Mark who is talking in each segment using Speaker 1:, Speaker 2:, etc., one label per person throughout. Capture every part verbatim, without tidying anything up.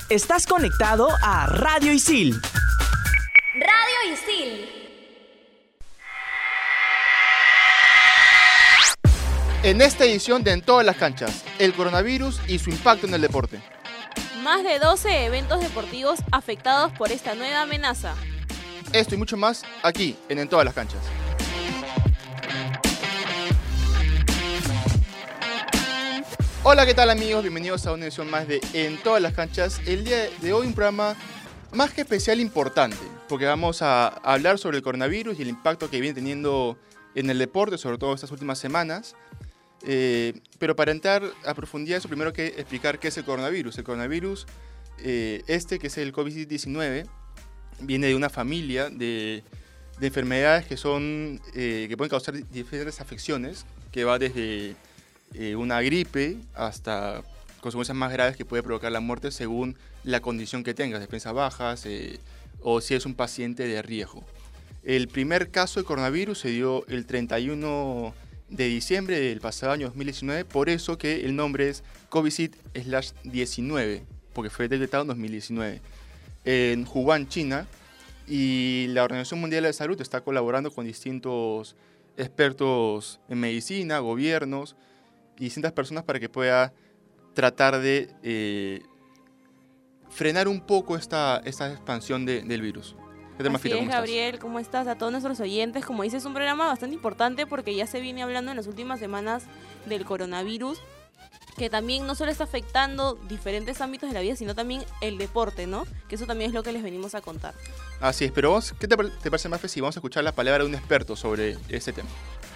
Speaker 1: Estás conectado a Radio Isil.
Speaker 2: Radio Isil.
Speaker 3: En esta edición de En todas las canchas, el coronavirus y su impacto en el deporte.
Speaker 4: Más de doce eventos deportivos afectados por esta nueva amenaza.
Speaker 3: Esto y mucho más aquí en En todas las canchas. Hola, ¿qué tal amigos? Bienvenidos a una edición más de En todas las canchas. El día de hoy un programa más que especial importante, porque vamos a hablar sobre el coronavirus y el impacto que viene teniendo en el deporte, sobre todo estas últimas semanas. Eh, pero para entrar a profundidad, eso primero que explicar qué es el coronavirus. El coronavirus, eh, este que es el COVID diecinueve, viene de una familia de, de enfermedades que, son, eh, que pueden causar diferentes afecciones, que va desde eh, una gripe hasta consecuencias más graves que puede provocar la muerte según la condición que tengas, defensas bajas eh, o si es un paciente de riesgo. El primer caso de coronavirus se dio el treinta y uno de diciembre del pasado año dos mil diecinueve, por eso que el nombre es COVID diecinueve, porque fue detectado en dos mil diecinueve en Wuhan, China, y la Organización Mundial de la Salud está colaborando con distintos expertos en medicina, gobiernos y distintas personas para que pueda tratar de eh, frenar un poco esta, esta expansión de, del virus. ¿Qué tal,
Speaker 4: Así
Speaker 3: Mafita?
Speaker 4: es, Gabriel, ¿cómo estás? A todos nuestros oyentes, como dices, es un programa bastante importante porque ya se viene hablando en las últimas semanas del coronavirus, que también no solo está afectando diferentes ámbitos de la vida, sino también el deporte, ¿no? Que eso también es lo que les venimos a contar.
Speaker 3: Así es, pero vos, ¿qué te, te parece, Mafe, si vamos a escuchar la palabra de un experto sobre este tema?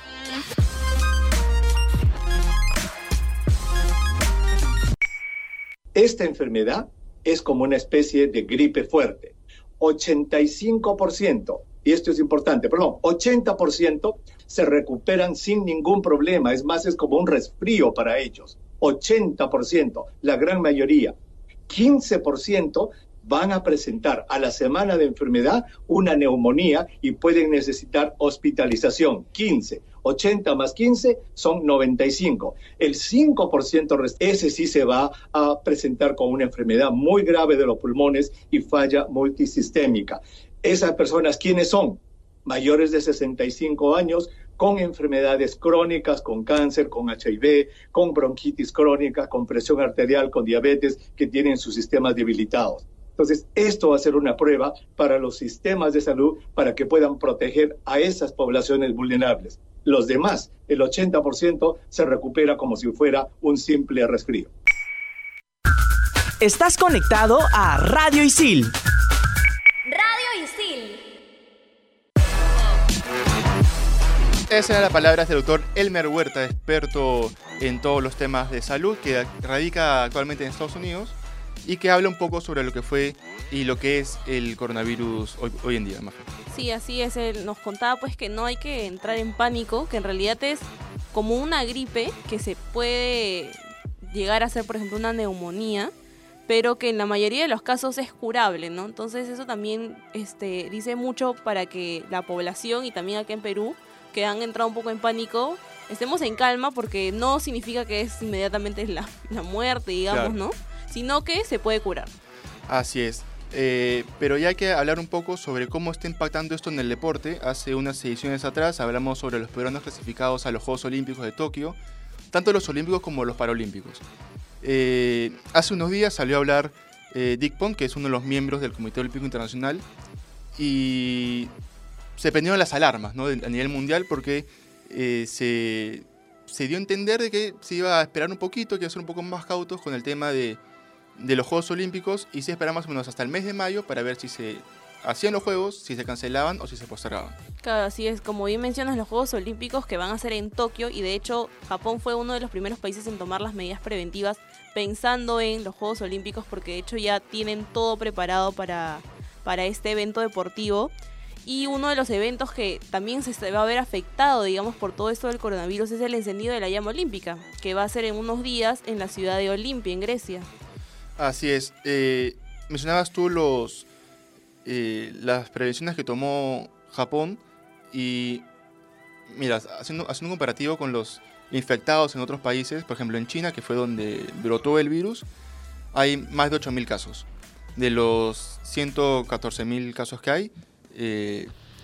Speaker 5: Esta enfermedad es como una especie de gripe fuerte. ochenta y cinco por ciento, y esto es importante, perdón, ochenta por ciento se recuperan sin ningún problema. Es más, es como un resfrío para ellos. ochenta por ciento, la gran mayoría. quince por ciento van a presentar a la semana de enfermedad una neumonía y pueden necesitar hospitalización. quince. ochenta más quince son noventa y cinco. El cinco por ciento, ese sí se va a presentar con una enfermedad muy grave de los pulmones y falla multisistémica. Esas personas, ¿quiénes son? Mayores de sesenta y cinco años, con enfermedades crónicas, con cáncer, con H I V, con bronquitis crónica, con presión arterial, con diabetes, que tienen sus sistemas debilitados. Entonces, esto va a ser una prueba para los sistemas de salud para que puedan proteger a esas poblaciones vulnerables. Los demás, el ochenta por ciento, se recupera como si fuera un simple resfrío.
Speaker 1: Estás conectado a Radio Isil.
Speaker 2: Radio Isil.
Speaker 3: Esas eran las palabras del doctor Elmer Huerta, experto en todos los temas de salud, que radica actualmente en Estados Unidos y que habla un poco sobre lo que fue y lo que es el coronavirus hoy, hoy en día. Mafe.
Speaker 4: Sí, así es, él nos contaba pues que no hay que entrar en pánico, que en realidad es como una gripe que se puede llegar a ser, por ejemplo, una neumonía, pero que en la mayoría de los casos es curable, ¿no? Entonces eso también este, dice mucho para que la población y también aquí en Perú, que han entrado un poco en pánico, estemos en calma, porque no significa que es inmediatamente la, la muerte, digamos, claro, ¿no? Sino que se puede curar.
Speaker 3: Así es. Eh, pero ya hay que hablar un poco sobre cómo está impactando esto en el deporte. Hace unas ediciones atrás hablamos sobre los peruanos clasificados a los Juegos Olímpicos de Tokio, tanto los olímpicos como los paralímpicos. Eh, hace unos días salió a hablar eh, Dick Pong, que es uno de los miembros del Comité Olímpico Internacional, y se prendieron las alarmas, ¿no? a nivel mundial, porque eh, se, se dio a entender de que se iba a esperar un poquito, que iba a ser un poco más cautos con el tema de, de los Juegos Olímpicos, y se esperaba más o menos hasta el mes de mayo para ver si se hacían los Juegos, si se cancelaban o si se postergaban.
Speaker 4: Claro, así es, como bien mencionas, los Juegos Olímpicos que van a ser en Tokio, y de hecho Japón fue uno de los primeros países en tomar las medidas preventivas pensando en los Juegos Olímpicos, porque de hecho ya tienen todo preparado para, para este evento deportivo. Y uno de los eventos que también se va a ver afectado, digamos, por todo esto del coronavirus es el encendido de la llama olímpica, que va a ser en unos días en la ciudad de Olimpia, en Grecia.
Speaker 3: Así es. Eh, mencionabas tú los eh, las prevenciones que tomó Japón y, mira, haciendo, haciendo un comparativo con los infectados en otros países, por ejemplo en China, que fue donde brotó el virus, hay más de ocho mil casos. de los ciento catorce mil casos que hay, eh,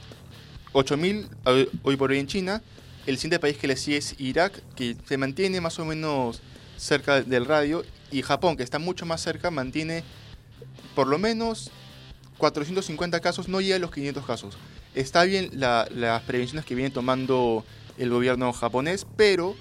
Speaker 3: ocho mil hoy, hoy por hoy en China. El siguiente país que le sigue es Irak, que se mantiene más o menos cerca del radio, y Japón, que está mucho más cerca, mantiene por lo menos cuatrocientos cincuenta casos, no llega a los quinientos casos. Está bien la, las prevenciones que viene tomando el gobierno japonés, pero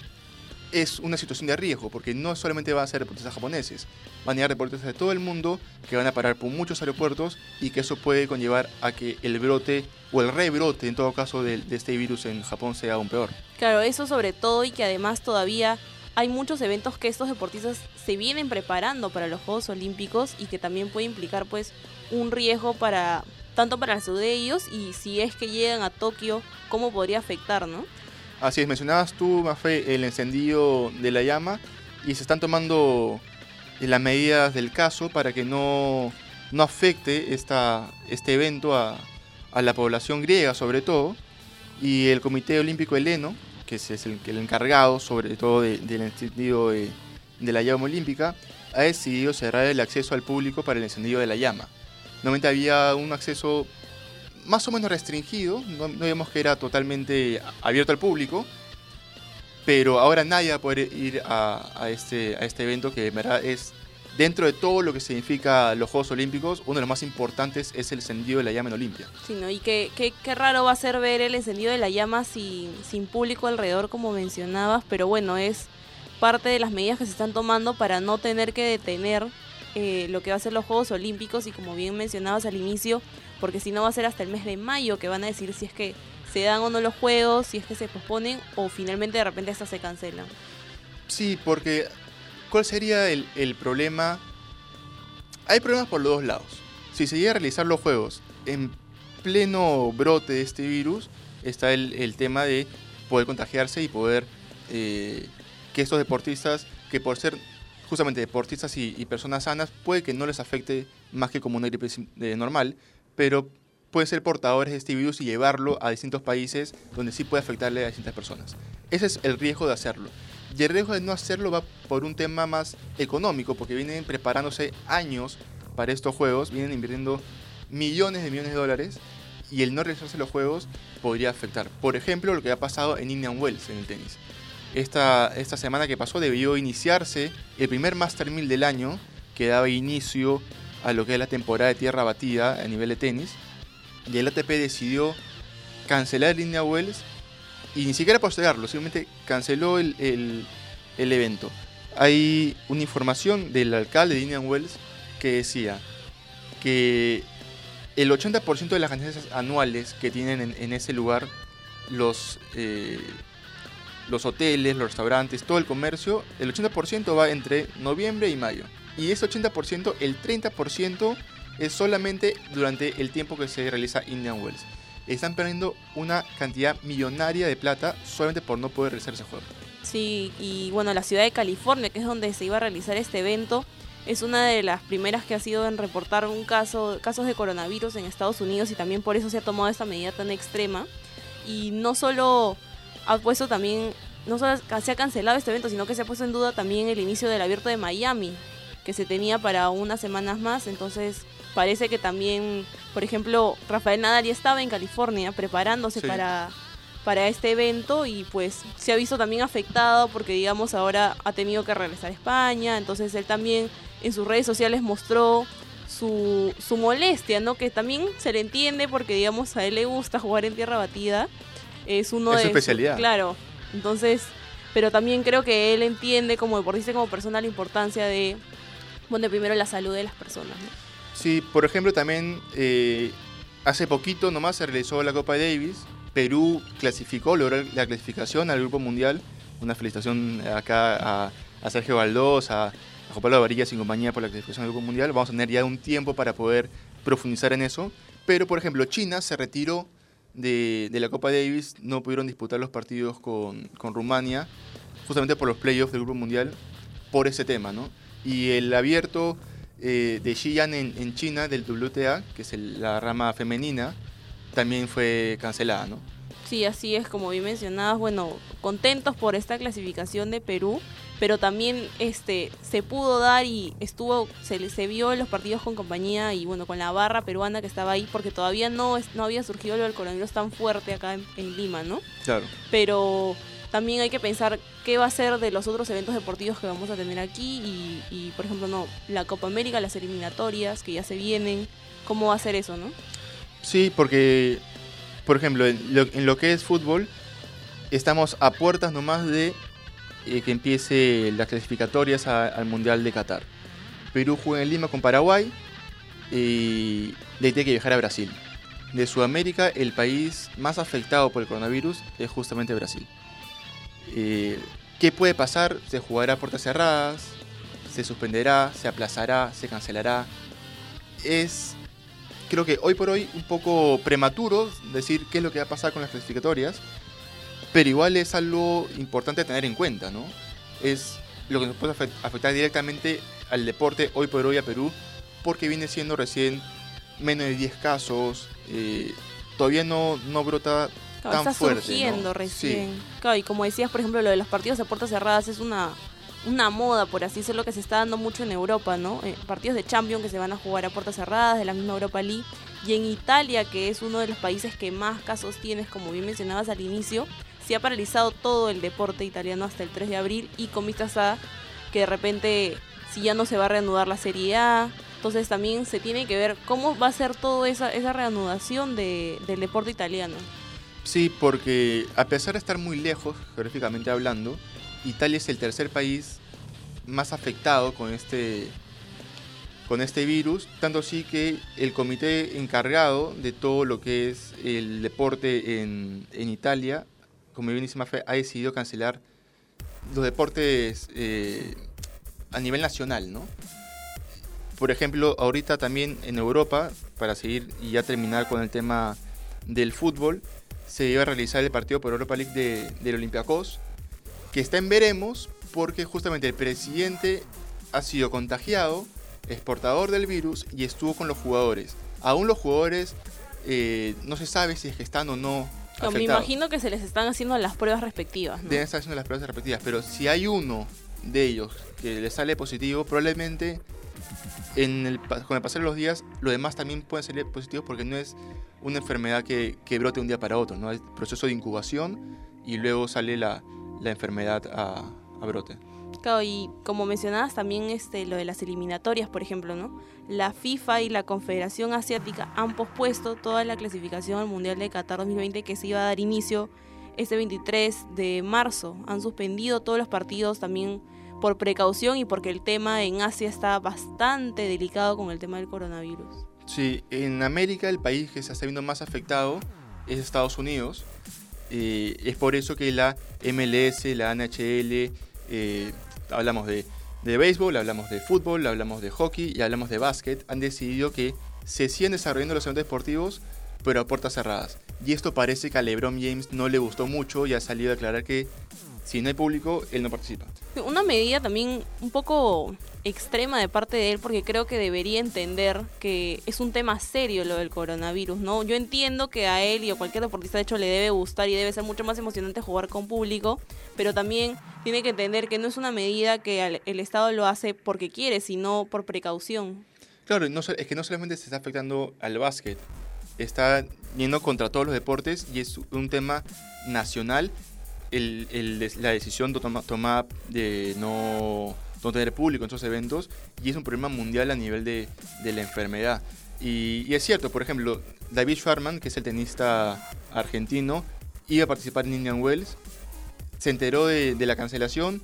Speaker 3: es una situación de riesgo, porque no solamente van a ser deportistas japoneses, van a llegar deportistas de todo el mundo que van a parar por muchos aeropuertos, y que eso puede conllevar a que el brote o el rebrote, en todo caso, de, de este virus en Japón sea aún peor.
Speaker 4: Claro, eso sobre todo, y que además todavía hay muchos eventos que estos deportistas se vienen preparando para los Juegos Olímpicos, y que también puede implicar pues un riesgo para tanto para la salud de ellos, y si es que llegan a Tokio, cómo podría afectar, ¿no?
Speaker 3: Así es, mencionabas tú, Mafe, el encendido de la llama, y se están tomando las medidas del caso para que no, no afecte esta, este evento a, a la población griega sobre todo, y el Comité Olímpico Heleno, que es el, el encargado sobre todo de, del encendido de, de la llama olímpica, ha decidido cerrar el acceso al público para el encendido de la llama. Normalmente había un acceso más o menos restringido, no, no digamos que era totalmente abierto al público, pero ahora nadie va a poder ir a, a, este, a este evento, que en verdad es, dentro de todo lo que significa los Juegos Olímpicos, uno de los más importantes es el encendido de la llama en Olimpia.
Speaker 4: Sí, ¿no? Y qué, qué, qué raro va a ser ver el encendido de la llama sin, sin público alrededor, como mencionabas, pero bueno, es parte de las medidas que se están tomando para no tener que detener eh, lo que va a ser los Juegos Olímpicos, y como bien mencionabas al inicio, porque si no va a ser hasta el mes de mayo que van a decir si es que se dan o no los Juegos, si es que se posponen o finalmente de repente hasta se cancelan.
Speaker 3: Sí, porque ¿cuál sería el, el problema? Hay problemas por los dos lados. Si se llega a realizar los Juegos en pleno brote de este virus, está el, el tema de poder contagiarse y poder eh, que estos deportistas, que por ser justamente deportistas y, y personas sanas, puede que no les afecte más que como una gripe eh, normal, pero pueden ser portadores de este virus y llevarlo a distintos países donde sí puede afectarle a distintas personas. Ese es el riesgo de hacerlo. Y el riesgo de no hacerlo va por un tema más económico, porque vienen preparándose años para estos Juegos, vienen invirtiendo millones de millones de dólares, y el no realizarse los Juegos podría afectar. Por ejemplo, lo que ha pasado en Indian Wells en el tenis. Esta, esta semana que pasó debió iniciarse el primer Master mil del año, que daba inicio a lo que es la temporada de tierra batida a nivel de tenis, y el A T P decidió cancelar el Indian Wells, y ni siquiera postergarlo, simplemente canceló el, el, el evento. Hay una información del alcalde de Indian Wells que decía que el ochenta por ciento de las ganancias anuales que tienen en, en ese lugar los, eh, los hoteles, los restaurantes, todo el comercio, el ochenta por ciento va entre noviembre y mayo. Y ese ochenta por ciento, el treinta por ciento es solamente durante el tiempo que se realiza Indian Wells. Están perdiendo una cantidad millonaria de plata solamente por no poder realizar ese juego.
Speaker 4: Sí, y bueno, la ciudad de California, que es donde se iba a realizar este evento, es una de las primeras que ha sido en reportar un caso, casos de coronavirus en Estados Unidos, y también por eso se ha tomado esta medida tan extrema. Y no solo ha puesto también, no solo se ha cancelado este evento, sino que se ha puesto en duda también el inicio del Abierto de Miami, que se tenía para unas semanas más. Entonces parece que también, por ejemplo, Rafael Nadal ya estaba en California preparándose sí. para, para este evento, y pues se ha visto también afectado porque, digamos, ahora ha tenido que regresar a España. Entonces él también en sus redes sociales mostró su, su molestia, ¿no? Que también se le entiende porque, digamos, a él le gusta jugar en tierra batida. Es uno
Speaker 3: es
Speaker 4: de
Speaker 3: su especialidad.
Speaker 4: Su, claro, entonces, pero también creo que él entiende como deportista y como persona la importancia de poner primero la salud de las personas, ¿no?
Speaker 3: Sí, por ejemplo, también eh, hace poquito nomás se realizó la Copa Davis. Perú clasificó, logró la clasificación al Grupo Mundial. Una felicitación acá a, a Sergio Valdós, a, a Juan Pablo Varillas y compañía por la clasificación al Grupo Mundial. Vamos a tener ya un tiempo para poder profundizar en eso. Pero, por ejemplo, China se retiró de, de la Copa Davis. No pudieron disputar los partidos con, con Rumania, justamente por los playoffs del Grupo Mundial, por ese tema, ¿no? Y el abierto eh, de Xi'an en, en China, del W T A, que es el, la rama femenina, también fue cancelada, ¿no?
Speaker 4: Sí, así es, como bien mencionabas, bueno, contentos por esta clasificación de Perú, pero también este se pudo dar y estuvo, se, se vio en los partidos con compañía y bueno, con la barra peruana que estaba ahí, porque todavía no, no había surgido lo del coronavirus tan fuerte acá en, en Lima, ¿no?
Speaker 3: Claro.
Speaker 4: Pero también hay que pensar qué va a ser de los otros eventos deportivos que vamos a tener aquí y, y por ejemplo, no, la Copa América, las eliminatorias que ya se vienen, cómo va a ser eso, ¿no?
Speaker 3: Sí, porque, por ejemplo, en lo, en lo que es fútbol, estamos a puertas nomás de eh, que empiece las clasificatorias a, al Mundial de Qatar. Perú juega en Lima con Paraguay y de ahí tiene que viajar a Brasil. De Sudamérica, el país más afectado por el coronavirus es justamente Brasil. Eh, ¿Qué puede pasar? Se jugará a puertas cerradas, se suspenderá, se aplazará, se cancelará. Es, creo que hoy por hoy, un poco prematuro decir qué es lo que va a pasar con las clasificatorias, pero igual es algo importante a tener en cuenta, ¿no? Es lo que nos puede afectar directamente al deporte hoy por hoy a Perú, porque viene siendo recién menos de diez casos, eh, todavía no, no brota
Speaker 4: Claro,
Speaker 3: tan
Speaker 4: está
Speaker 3: fuerte,
Speaker 4: surgiendo
Speaker 3: ¿no?
Speaker 4: recién.
Speaker 3: Sí.
Speaker 4: Claro, y como decías, por ejemplo, lo de los partidos a puertas cerradas es una, una moda, por así decirlo, que se está dando mucho en Europa, ¿no? Eh, partidos de Champions que se van a jugar a puertas cerradas, de la misma Europa League. Y en Italia, que es uno de los países que más casos tienes, como bien mencionabas al inicio, se ha paralizado todo el deporte italiano hasta el tres de abril y con vistas a que de repente, si ya no se va a reanudar la Serie A, entonces también se tiene que ver cómo va a ser toda esa, esa reanudación de, del deporte italiano.
Speaker 3: Sí, porque a pesar de estar muy lejos, geográficamente hablando, Italia es el tercer país más afectado con este, con este virus, tanto así que el comité encargado de todo lo que es el deporte en, en Italia, como bien dice Mafe, ha decidido cancelar los deportes eh, a nivel nacional, ¿no? Por ejemplo, ahorita también en Europa, para seguir y ya terminar con el tema del fútbol, se iba a realizar el partido por Europa League de, del Olympiacos, que está en veremos porque justamente el presidente ha sido contagiado, exportador del virus y estuvo con los jugadores. Aún los jugadores eh, no se sabe si es que están o no afectados.
Speaker 4: Me imagino que se les están haciendo las pruebas respectivas, ¿no?
Speaker 3: Deben estar haciendo las pruebas respectivas, pero si hay uno de ellos que le sale positivo, probablemente en el, con el pasar de los días los demás también pueden salir positivos porque no es una enfermedad que, que brote un día para otro, ¿no? Hay proceso de incubación y luego sale la, la enfermedad a, a brote.
Speaker 4: Claro, y como mencionabas también este, lo de las eliminatorias, por ejemplo, ¿no? La FIFA y la Confederación Asiática han pospuesto toda la clasificación al Mundial de Qatar dos mil veinte que se iba a dar inicio este veintitrés de marzo. Han suspendido todos los partidos también por precaución y porque el tema en Asia está bastante delicado con el tema del coronavirus.
Speaker 3: Sí, en América el país que se está viendo más afectado es Estados Unidos. Eh, es por eso que la M L S, la N H L, eh, hablamos de, de béisbol, hablamos de fútbol, hablamos de hockey y hablamos de básquet, han decidido que se sigan desarrollando los eventos deportivos, pero a puertas cerradas. Y esto parece que a LeBron James no le gustó mucho y ha salido a declarar que si no hay público, él no participa.
Speaker 4: Una medida también un poco extrema de parte de él, porque creo que debería entender que es un tema serio lo del coronavirus, ¿no? Yo entiendo que a él y a cualquier deportista de hecho le debe gustar y debe ser mucho más emocionante jugar con público, pero también tiene que entender que no es una medida que el Estado lo hace porque quiere, sino por precaución.
Speaker 3: Claro, no, es que no solamente se está afectando al básquet, está yendo contra todos los deportes y es un tema nacional. El, el, la decisión toma, tomada de no, no tener público en estos eventos y es un problema mundial a nivel de, de la enfermedad. Y, y es cierto, por ejemplo, David Schwartzman, que es el tenista argentino, iba a participar en Indian Wells, se enteró de, de la cancelación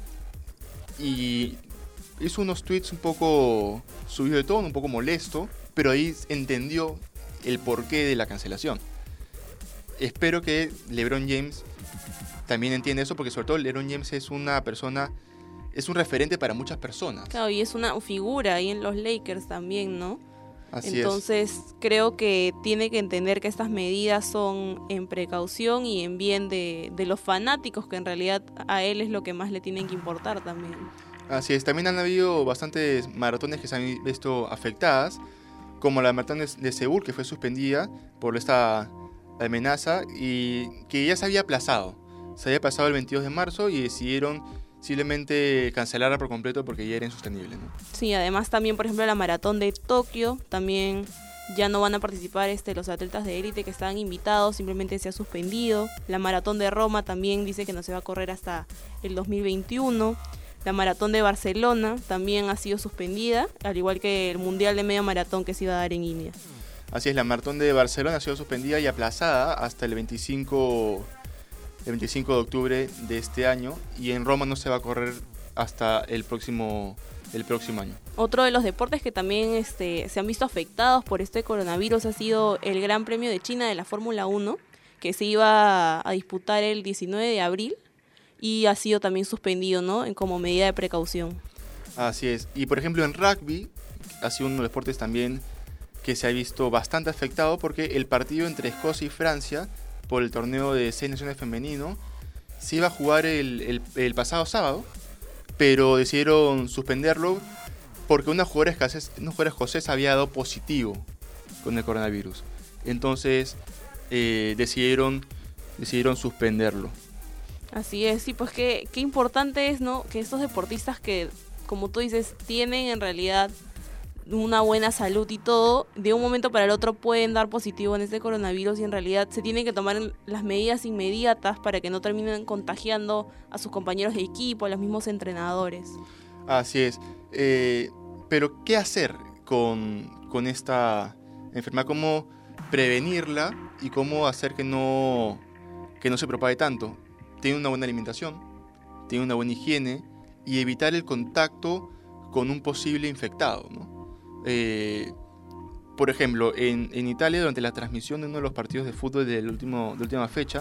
Speaker 3: y hizo unos tweets un poco subido de tono, un poco molesto, pero ahí entendió el porqué de la cancelación. Espero que LeBron James también entiende eso, porque sobre todo LeBron James es una persona, es un referente para muchas personas.
Speaker 4: Claro, y es una figura ahí en los Lakers también, ¿no?
Speaker 3: Así
Speaker 4: Entonces
Speaker 3: es.
Speaker 4: creo que tiene que entender que estas medidas son en precaución y en bien de, de los fanáticos, que en realidad a él es lo que más le tienen que importar también.
Speaker 3: Así es, también han habido bastantes maratones que se han visto afectadas, como la maratón de Seúl, que fue suspendida por esta amenaza y que ya se había aplazado. Se había pasado el veintidós de marzo y decidieron simplemente cancelarla por completo porque ya era insostenible, ¿no?
Speaker 4: Sí, además también, por ejemplo, la maratón de Tokio, también ya no van a participar este, los atletas de élite que estaban invitados, simplemente se ha suspendido. La maratón de Roma también dice que no se va a correr hasta el dos mil veintiuno. La maratón de Barcelona también ha sido suspendida, al igual que el mundial de media maratón que se iba a dar en India.
Speaker 3: Así es, la maratón de Barcelona ha sido suspendida y aplazada hasta el veinticinco, el veinticinco de octubre de este año, y en Roma no se va a correr hasta el próximo, el próximo año.
Speaker 4: Otro de los deportes que también este, se han visto afectados por este coronavirus ha sido el Gran Premio de China de la Fórmula uno, que se iba a disputar el diecinueve de abril y ha sido también suspendido, ¿no?, en, como medida de precaución.
Speaker 3: Así es. Y por ejemplo en rugby ha sido uno de los deportes también que se ha visto bastante afectado porque el partido entre Escocia y Francia por el torneo de seis naciones femenino se iba a jugar el, el, el pasado sábado, pero decidieron suspenderlo porque una jugadora escocesa, una jugadora escocesa había dado positivo con el coronavirus. Entonces eh, decidieron, decidieron suspenderlo.
Speaker 4: Así es, sí, pues qué, qué importante es, ¿no?, que estos deportistas que, como tú dices, tienen en realidad una buena salud y todo, de un momento para el otro pueden dar positivo en este coronavirus y en realidad se tienen que tomar las medidas inmediatas para que no terminen contagiando a sus compañeros de equipo, a los mismos entrenadores.
Speaker 3: Así es. Eh, pero, ¿qué hacer con, con esta enfermedad? ¿Cómo prevenirla y cómo hacer que no, que no se propague tanto? Tiene una buena alimentación, tiene una buena higiene y evitar el contacto con un posible infectado, ¿no? Eh, por ejemplo, en, en Italia, durante la transmisión de uno de los partidos de fútbol del último, de última fecha,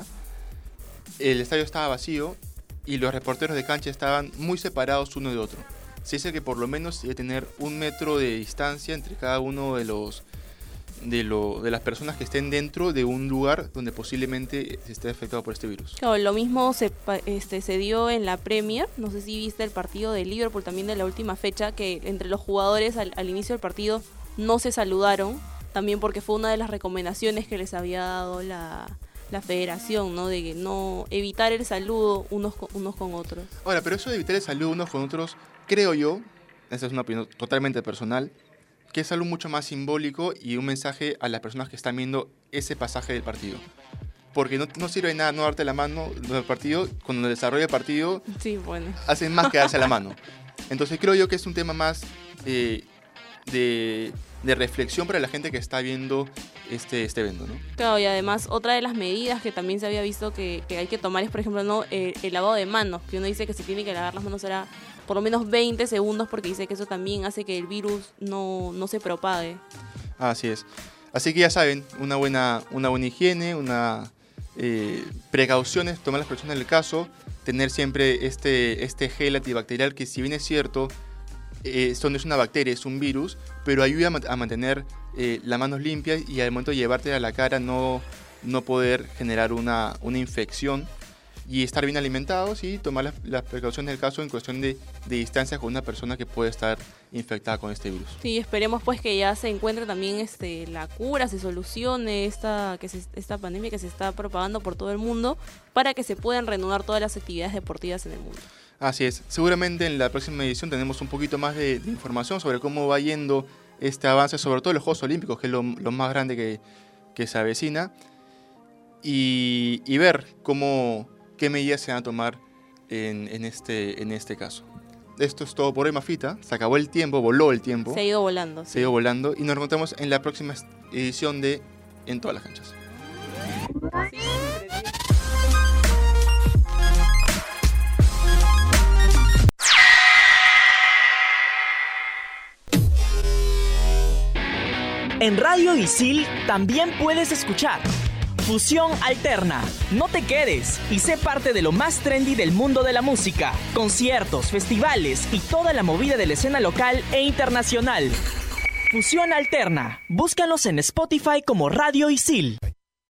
Speaker 3: el estadio estaba vacío y los reporteros de cancha estaban muy separados uno de otro. Se dice que por lo menos debe tener un metro de distancia entre cada uno de los de, lo, de las personas que estén dentro de un lugar donde posiblemente se esté afectado por este virus.
Speaker 4: Claro, lo mismo se, este, se dio en la Premier, no sé si viste el partido de Liverpool también de la última fecha, que entre los jugadores al, al inicio del partido no se saludaron, también porque fue una de las recomendaciones que les había dado la, la federación, ¿no?, de no evitar el saludo unos con, unos con otros.
Speaker 3: Ahora, pero eso de evitar el saludo unos con otros, creo yo, esa es una opinión totalmente personal, que es algo mucho más simbólico y un mensaje a las personas que están viendo ese pasaje del partido. Porque no, no sirve de nada no darte la mano en el partido, cuando desarrolla el partido,
Speaker 4: sí, bueno,
Speaker 3: hacen más que darse la mano. Entonces creo yo que es un tema más eh, de, de reflexión para la gente que está viendo este, este evento, ¿no?
Speaker 4: Claro, y además otra de las medidas que también se había visto que, que hay que tomar es, por ejemplo, ¿no?, el, el lavado de manos, que uno dice que se tiene que lavar las manos ahora por lo menos veinte segundos porque dice que eso también hace que el virus no, no se propague.
Speaker 3: Así es. Así que ya saben, una buena, una buena higiene, una eh, precauciones, tomar las precauciones del caso, tener siempre este, este gel antibacterial que, si bien es cierto, eh, esto no es una bacteria, es un virus, pero ayuda a, a mantener eh, las manos limpias y al momento de llevarte a la cara no, no poder generar una, una infección. Y estar bien alimentados y tomar las, las precauciones del caso en cuestión de, de distancia con una persona que puede estar infectada con este virus.
Speaker 4: Sí, esperemos pues que ya se encuentre también este, la cura, se solucione esta, que se, esta pandemia que se está propagando por todo el mundo para que se puedan reanudar todas las actividades deportivas en el mundo.
Speaker 3: Así es. Seguramente en la próxima edición tenemos un poquito más de, de información sobre cómo va yendo este avance, sobre todo los Juegos Olímpicos, que es lo, lo más grande que, que se avecina, y, y ver cómo... qué medidas se van a tomar en, en, este, en este caso. Esto es todo por hoy, Mafita. Se acabó el tiempo, voló el tiempo.
Speaker 4: Se ha ido volando.
Speaker 3: Se
Speaker 4: sí.
Speaker 3: ha ido volando y nos encontramos en la próxima edición de En Todas las Canchas.
Speaker 4: Sí,
Speaker 1: en Radio Isil también puedes escuchar Fusión Alterna. No te quedes y sé parte de lo más trendy del mundo de la música. Conciertos, festivales y toda la movida de la escena local e internacional. Fusión Alterna. Búscanos en Spotify como Radio Isil.